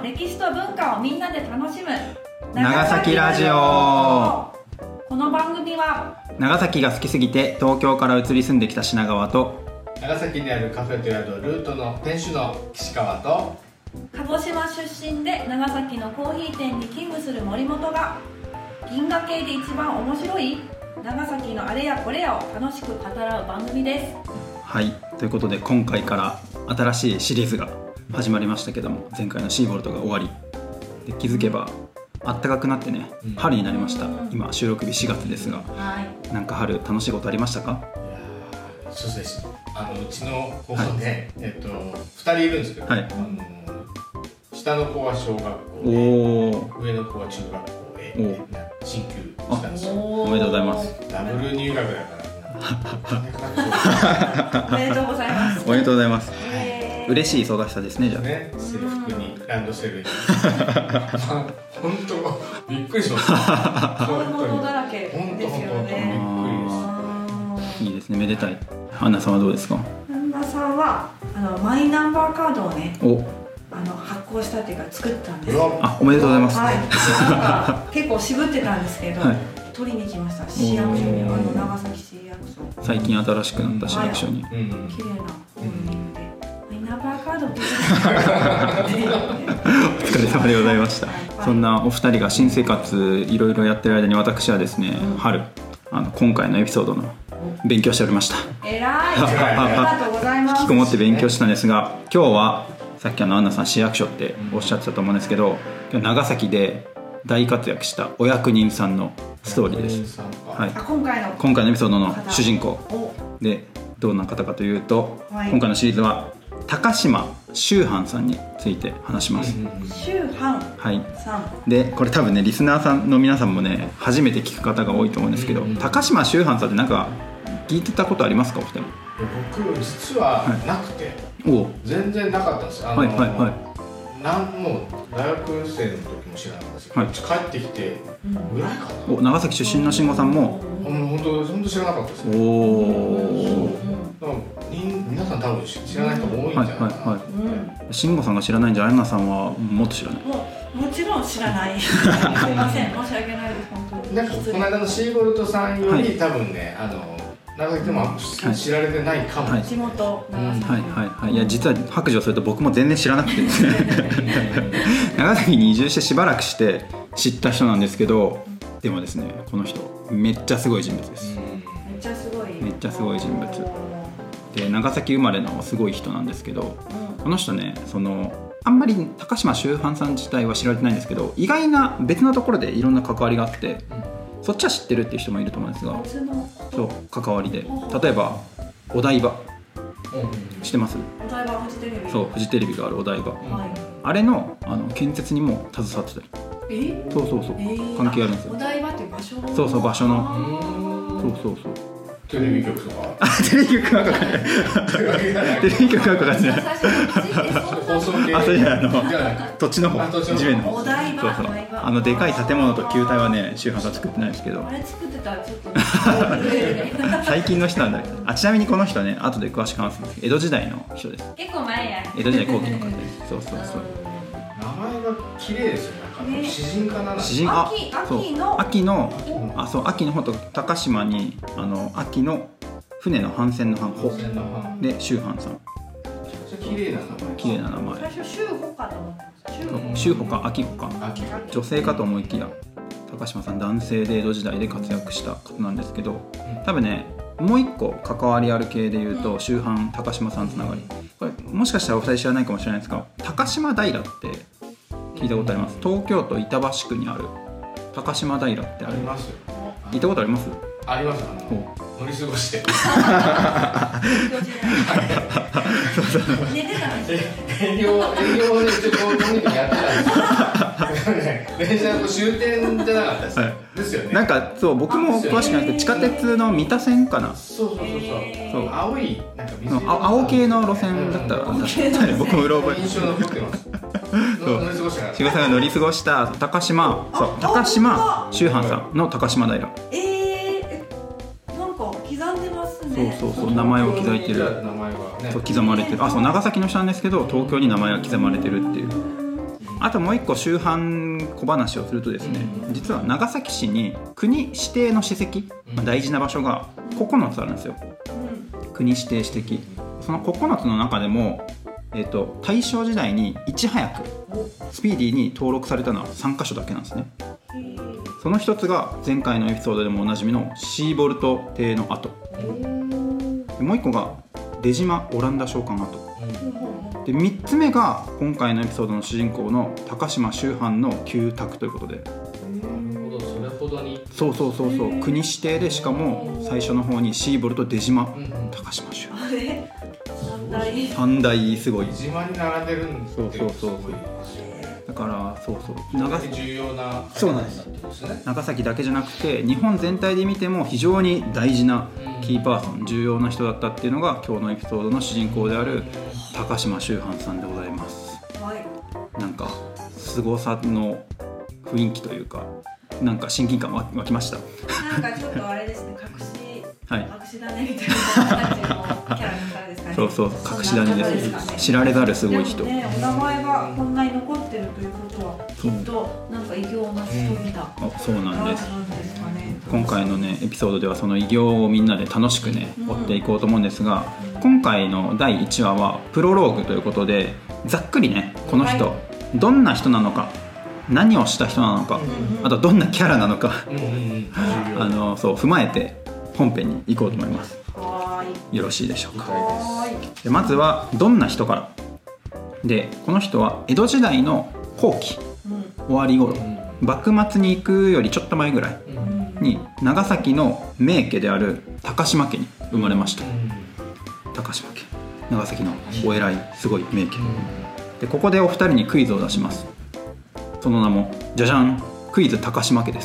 歴史と文化をみんなで楽しむ長崎ラジオ。 この番組は長崎が好きすぎて東京から移り住んできた品川と長崎にあるカフェと宿ルートの店主の岸川と鹿児島出身で長崎のコーヒー店に勤務する森本が銀河系で一番面白い長崎のあれやこれやを楽しく語らう番組です。 はい、ということで今回から新しいシリーズが始まりましたけども、前回のシーボルトが終わりで気づけば暖かくなってね、春になりました。今収録日4月ですが、なんか春楽しいことありましたか？ いやそうです。うちの子がね、2人いるんですけど、下の子は小学校で上の子は中学校へ進級したんですよ。 おめでとうございます。 ダブル入学だからおめでとうございます。 おめでとうございます。嬉しい忙しさですね。じゃあね、制服にランドセルに本当びっくりしました。 そういうものだらけですよね。 いいですね、めでたい。アンナさんはどうですか？ アンナさんはマイナンバーカードをね発行したっていうか作ったんですよ。 おめでとうございます。 なんか結構渋ってたんですけど、取りに来ました。市役所に、長崎市役所。 最近新しくなった市役所に。 綺麗なオープニングでマイナンバーカードってお疲れ様でございました。そんなお二人が新生活いろいろやってる間に、私はですね、春今回のエピソードの勉強しておりました。 偉い。ありがとうございます。 引きこもって勉強したんですが、今日はさっきアンナさん市役所っておっしゃってたと思うんですけど、今日長崎で大活躍したお役人さんのストーリーです。はい、今回のエピソードの主人公で、どんな方かというと、今回のシリーズは高島秋帆さんについて話します。 秋帆さん、 でこれ多分ね、リスナーさんの皆さんもね初めて聞く方が多いと思うんですけど、高島秋帆さんってなんか聞いてたことありますか？お二人。 僕実はなくて、全然なかったんです。もう大学生の時も知らなかったし、帰ってきてぐらいかな。 長崎出身の慎吾さんも本当知らなかったです。皆さん多分知らない人も多いんじゃないかな。 慎吾さんが知らないんじゃ、アンナさんはもっと知らない？ もちろん知らない。すいません、申し訳ないです。本当に。 なんかこの間のシーボルトさんより多分ね、長崎でも知られてないかも。 地元いや、実は白状すると僕も全然知らなくてですね長崎に移住してしばらくして知った人なんですけど、でもですね、この人めっちゃすごい人物です。 めっちゃすごい人物で、長崎生まれのすごい人なんですけど、この人ね、あんまり高島秋帆さん自体は知られてないんですけど、意外な別のところでいろんな関わりがあって、そっちは知ってるっていう人もいると思うんですが、そう関わりで、例えばお台場、知ってます？ お台場フジテレビ。 そう、フジテレビがあるお台場、あれの建設にも携わってたり、そう関係あるんですよ。 お台場っていう場所。 そう場所の、そうテレビ局とか。 テレビ局はかかんない。テレビ局はかかんない。 放送系。 それじゃ土地の方、地面の方。 お台場。 でかい建物と球体はね、秋帆さん作ってないですけど。 あれ作ってたらちょっと最近の人なんだけど。ちなみにこの人ね、後で詳しく話すんですけど、江戸時代の人です。 結構前や。 江戸時代後期の方です。そう。 名前が綺麗ですよね。詩人かな。 詩人、秋の方と高島に秋の船の帆船の帆で秋帆さん。 綺麗な名前。 最初秋帆かと思ってました。 秋帆か秋帆か。女性かと思いきや高島さん男性で江戸時代で活躍した方なんですけど、多分ね、もう一個関わりある系でいうと、秋帆高島さんつながり、これもしかしたらお二人知らないかもしれないですが、高島平って聞いたことあります？東京都板橋区にある高島平ってあります？行ったことあります？ あります。乗り過ごして。営業でちょっとコミュニケやってたんですよ。電車の終点じゃなかったです。ですよね。 なんかそう、僕も詳しくなくて、地下鉄の三田線かな。 そう。青いなんか水色。 青系の路線だったら僕もうろ覚え。 印象残ってます。乗り過ごした。 志賀さんが乗り過ごした高島秋帆さんの高島平。 なんか刻んでますね。 そう名前を刻いてる。刻まれてる。長崎の人なんですけど、東京に名前が刻まれてるっていう。 あともう一個周藩小話をするとですね、実は長崎市に国指定の史跡、大事な場所が9つあるんですよ。国指定史跡、その9つの中でも、大正時代にいち早くスピーディーに登録されたのは3カ所だけなんですね。その一つが前回のエピソードでもおなじみのシーボルト邸の跡、もう一個が出島オランダ商館跡で、3つ目が今回のエピソードの主人公の高島秋帆の旧宅ということで、 それほどにそう国指定で、しかも最初の方にシーボルト出島、高島秋帆、3大すごい出島に並んでるんですよ。 だから長崎重要な、 そうなんです、長崎だけじゃなくて日本全体で見ても非常に大事なキーパーソン、重要な人だったっていうのが今日のエピソードの主人公である高島秋帆さんでございます。なんか凄さの雰囲気というか、なんか親近感湧きました。 なんかちょっとあれですね、隠し種みたいな感じのキャラクターですかね。 そう隠し種です。知られざるすごい人。 でもね、お名前がこんなに残ってるということはきっとなんか偉業を成し遂げた。 そうなんです。今回のねエピソードではその偉業をみんなで楽しくね追っていこうと思うんですが、今回の第1話はプロローグということで、ざっくりねこの人、どんな人なのか、何をした人なのか、あとどんなキャラなのかそう踏まえて本編に行こうと思います。よろしいでしょうか。でまずはどんな人からで、この人は江戸時代の後期、終わり頃、幕末に行くよりちょっと前ぐらいに長崎の名家である高島家に生まれました。高島家、長崎のお偉いすごい名家で、ここでお二人にクイズを出します。その名もじゃじゃん、クイズ高島家です。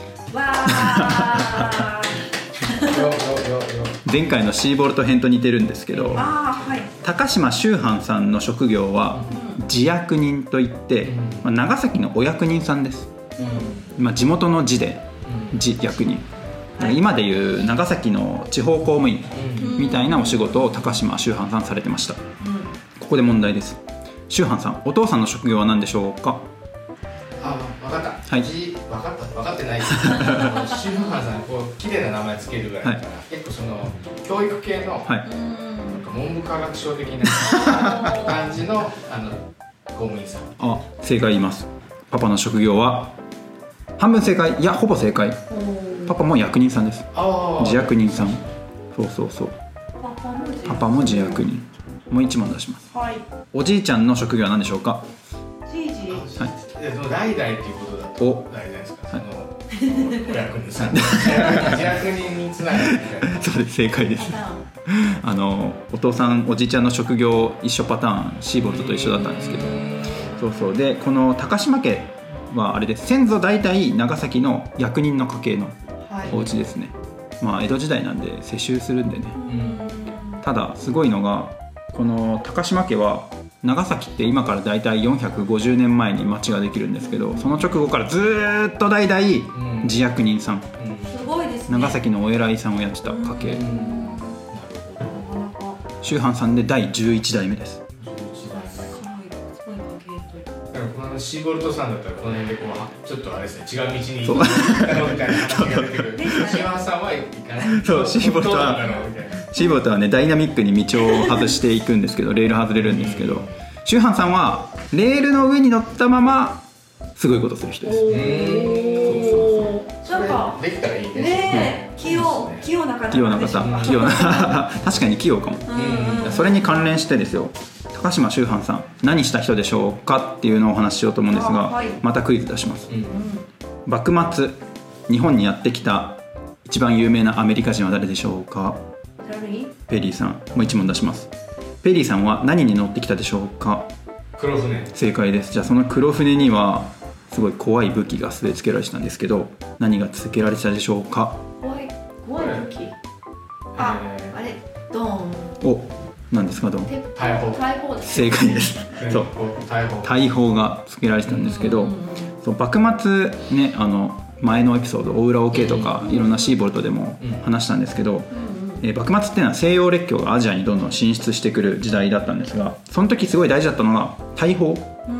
前回のシーボルト編と似てるんですけど、高島秋帆さんの職業は地役人といって、長崎のお役人さんです。地元の地で地役人、今でいう長崎の地方公務員みたいなお仕事を高島秋帆さんされてました。ここで問題です。秋帆さん、お父さんの職業は何でしょうか？ 分かった。 はい。 分かってないです。秋帆さん綺麗な名前つけるぐらいだから、結構その教育系の文部科学省的な感じの公務員さん。 正解言います。パパの職業は半分正解、いやほぼ正解。パパも役人さんです。自役人さん。そうパパも自役人。もう1問出します。おじいちゃんの職業は何でしょうか？ 代々っていうことだと代々ですか？お役人さん。自役人につながるみたいな。 そうです、正解です。お父さんおじいちゃんの職業一緒パターン、シーボルトと一緒だったんですけど、でこの高島家はあれです。先祖代々長崎の役人の家系のお家ですね。江戸時代なんで世襲するんでね。ただすごいのが、この高島家は長崎って今からだいたい450年前に町ができるんですけど、その直後からずっと代々自役人さん、 すごいですね、 長崎のお偉いさんをやってた家系。秋帆さんで第11代目です。 シーボルトさんだったらこの辺でちょっとあれですね、違う道に行ったみたいな感じが出てくる。秋帆さんは行かない。 そう、シーボルトはねダイナミックに道を外していくんですけど、レール外れるんですけど、秋帆さんはレールの上に乗ったまますごいことする人です。 なんかできたらいいね。 器用な方。 確かに器用かも。それに関連してですよ、高島秋帆さん何した人でしょうかっていうのをお話ししようと思うんですが、またクイズ出します。幕末日本にやってきた一番有名なアメリカ人は誰でしょうか？ペリーさん。もう1問出します。ペリーさんは何に乗ってきたでしょうか？ 黒船。 正解です。じゃあその黒船にはすごい怖い武器が据え付けられてたんですけど、何が付けられてたでしょうか？ 怖い武器。あれドーン。 何ですか？ドーン。 大砲。 正解です。そう。大砲が付けられてたんですけど、幕末ね、前のエピソード大浦桶とかいろんなシーボルトでも話したんですけど、幕末っていうのは西洋列強がアジアにどんどん進出してくる時代だったんですが、その時すごい大事だったのが大砲。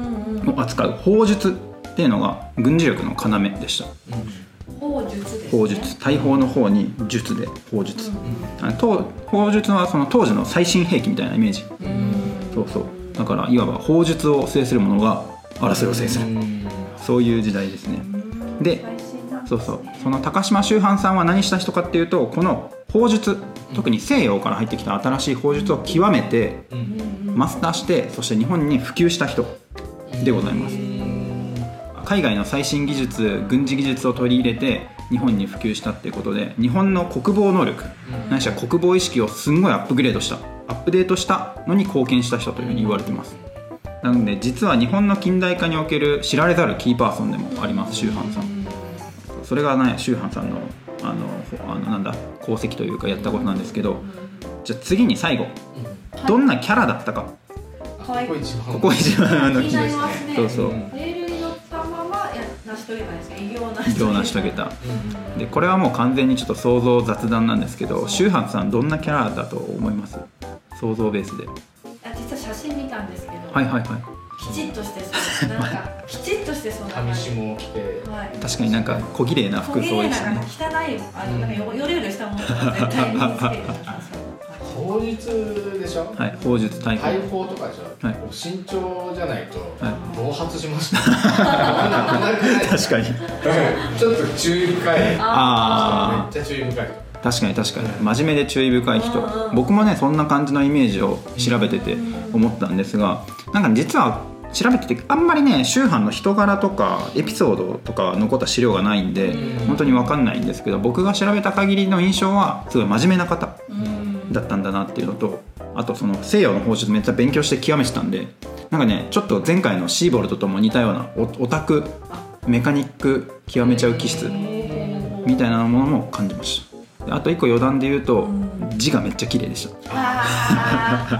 を扱う砲術っていうのが軍事力の要でした。 砲術ですね。 砲術、大砲の方に術で砲術、砲術はその当時の最新兵器みたいなイメージ。そうそう、だからいわば砲術を制する者が争いを制する、そういう時代ですね。で、そうそう、その高島秋帆さんは何した人かっていうと、この砲術、特に西洋から入ってきた新しい砲術を極めてマスターして、そして日本に普及した人でございます。海外の最新技術、軍事技術を取り入れて日本に普及したっていうことで、日本の国防能力、ないしは国防意識をすんごいアップデートしたのに貢献した人というふうに言われています。なので実は日本の近代化における知られざるキーパーソンでもあります、秋帆さん。それがね、秋帆さんのなんだ功績というかやったことなんですけど、じゃあ次に最後、どんなキャラだったか。 ここ一番気になりますね。 そうそう、 レールに乗ったまま成し遂げたんですか。偉業を成し遂げた。でこれはもう完全にちょっと想像雑談なんですけど、秋帆さんどんなキャラだと思います？想像ベースで。 実は写真見たんですけど、 はいはいはい、 きちっとしてそう、なんかきちっとしてそうな紙紐を着て、 確かになんか小綺麗な服装でしたね。 汚い、なんかヨレヨレしたものは絶対に身につける。 砲術でしょ。 はい、砲術、大砲とかでしょ。はい、身長じゃないと暴発しますね。確かに。 ちょっと注意深い。めっちゃ注意深い。 確かに真面目で注意深い人、僕もねそんな感じのイメージを調べてて思ったんですが、なんか実は調べててあんまりね秋帆の人柄とかエピソードとか残った資料がないんで本当に分かんないんですけど、僕が調べた限りの印象はすごい真面目な方だったんだなっていうのと、あとその西洋の砲術めっちゃ勉強して極めてたんで、なんかねちょっと前回のシーボルトとも似たようなオタクメカニック極めちゃう気質みたいなものも感じました。あと一個余談で言うと、字がめっちゃ綺麗でした。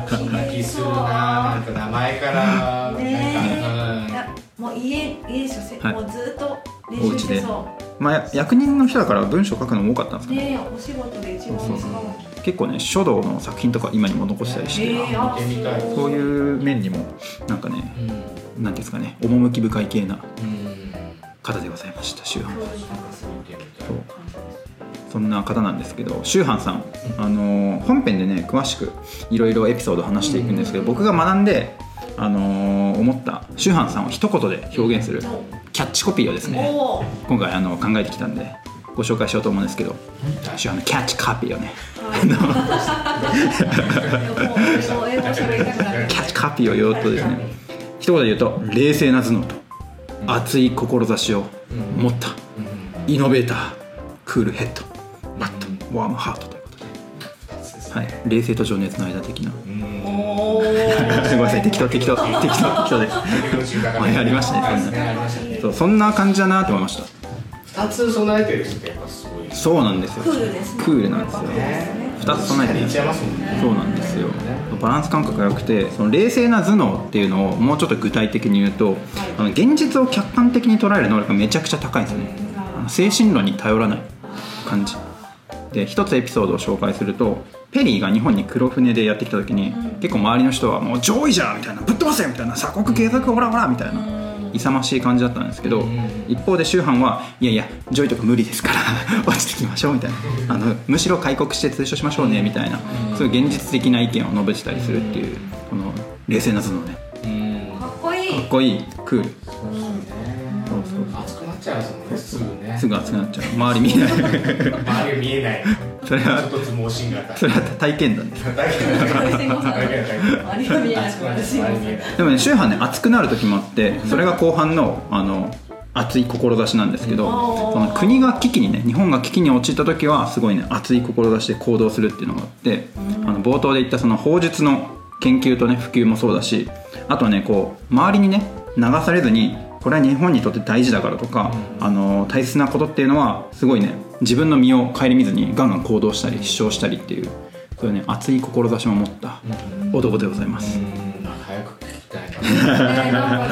そんな気するな、なんか名前からもう家でしょ、もうずっと練習してそう。 まあ役人の人だから文章書くのも多かったんですかね。 お仕事で一番使う。 結構ね書道の作品とか今にも残したりして、そういう面にもなんかね、なんていうんですかね、趣深い系な方でございました、秋帆。そんな方なんですけど、秋帆さん、本編でね詳しくいろいろエピソード話していくんですけど、僕が学んで、思った秋帆さんを一言で表現するキャッチコピーをですね今回考えてきたんでご紹介しようと思うんですけど、秋帆のキャッチコピーをねキャッチコピーを言おうとですね、一言で言うと、冷静な頭脳と熱い志を持ったイノベーター、クールヘッド、バット、ワームハートということで、はい、冷静と情熱の間的な。ごめんなさい、適当です。ありましたね、そんな感じだなと思いました。 2つ備えてる人ってやっぱすごい。 そうなんですよ、クールなんですよ。2つ備えてる。そうなんですよ、バランス感覚が良くて、その冷静な頭脳っていうのをもうちょっと具体的に言うと、現実を客観的に捉える能力がめちゃくちゃ高いんですよね。精神論に頼らない感じで、一つエピソードを紹介すると、ペリーが日本に黒船でやってきた時に、結構周りの人はもう上位じゃんみたいな、ぶっ飛ばせみたいな、鎖国継続オラオラみたいな勇ましい感じだったんですけど、一方で秋帆はいやいや上位とか無理ですから落ちてきましょうみたいな、むしろ開国して通所しましょうねみたいな、そういう現実的な意見を述べてたりするっていう、この冷静な頭脳ね、 かっこいい、 かっこいい、クール。 熱くなっちゃうもんね、 すぐ熱くなっちゃう。周り見えない周り見えない。それはちょっと盲信型。 それは体験談です。でもね、秋帆ね熱くなる時もあって、それが後半の熱い志なんですけど、その国が危機にね、日本が危機に陥った時はすごいね熱い志で行動するっていうのがあって、冒頭で言ったその砲術の研究とね普及もそうだし、あとはねこう周りにね流されずに、これは日本にとって大事だからとか、大切なことっていうのはすごいね、自分の身を顧みずにガンガン行動したり主張したりっていう、そういうね熱い志を持った男でございます。 早く聞きたいな。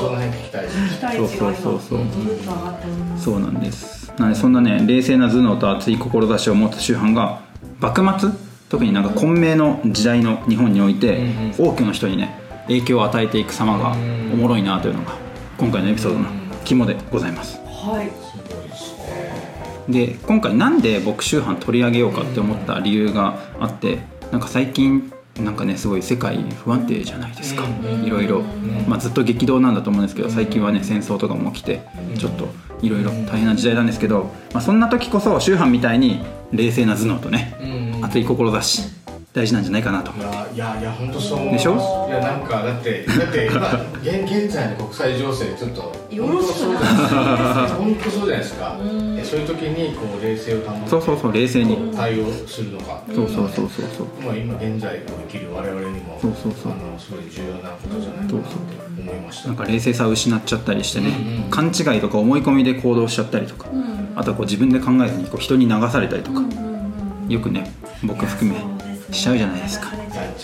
そうなんです。なのでそんなね冷静な頭脳と熱い志を持った秋帆が幕末、特になんか混迷の時代の日本において多くの人にね影響を与えていく様がおもろいなというのが今回のエピソードの肝でございます。 はい、 すごいですね。 で今回なんで僕周飯取り上げようかって思った理由があって、なんか最近なんかねすごい世界不安定じゃないですか、いろいろ、ずっと激動なんだと思うんですけど、最近はね戦争とかも起きてちょっといろいろ大変な時代なんですけど、そんな時こそ周飯みたいに冷静な頭脳とね、熱い志大事なんじゃないかなと。 いや本当そう思います。 でしょ。 いやなんかだって今現在の国際情勢ちょっとよろしくない本当そうじゃないですか。そういう時にこう冷静を保ってそう冷静に対応するのか。 そう今現在を生きる我々にもすごい重要なことじゃないかなと思いました。 なんか冷静さを失っちゃったりしてね、勘違いとか思い込みで行動しちゃったりとか、あとはこう自分で考えずにこう人に流されたりとか、よくね僕含めしちゃうじゃないですか。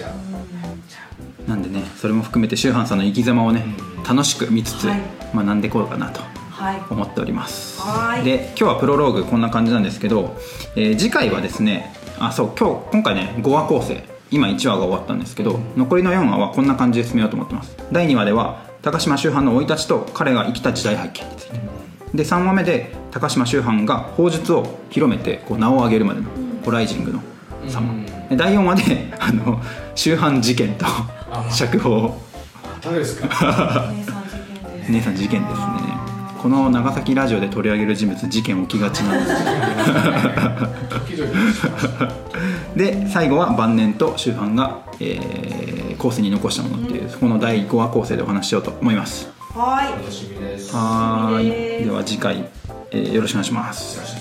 なんでねそれも含めて周飯さんの生き様をね楽しく見つつ学んでいこうかなと思っております。で今日はプロローグこんな感じなんですけど、次回はですね今回ね5話構成、今1話が終わったんですけど、残りの4話はこんな感じで進めようと思ってます。第2話では高島周飯の生い立ちと彼が生きた時代背景について、で3話目で高島周飯が法術を広めてこう名を上げるまでのホライジングの3話、で第4話で周飯事件と釈放。 誰ですか。 姉さん事件ですね。この長崎ラジオで取り上げる人物事件起きがちなんですで最後は晩年と周飯が、後世に残したものっていう、この第5話構成でお話ししようと思います。 楽しみです。 では次回、よろしくお願いします。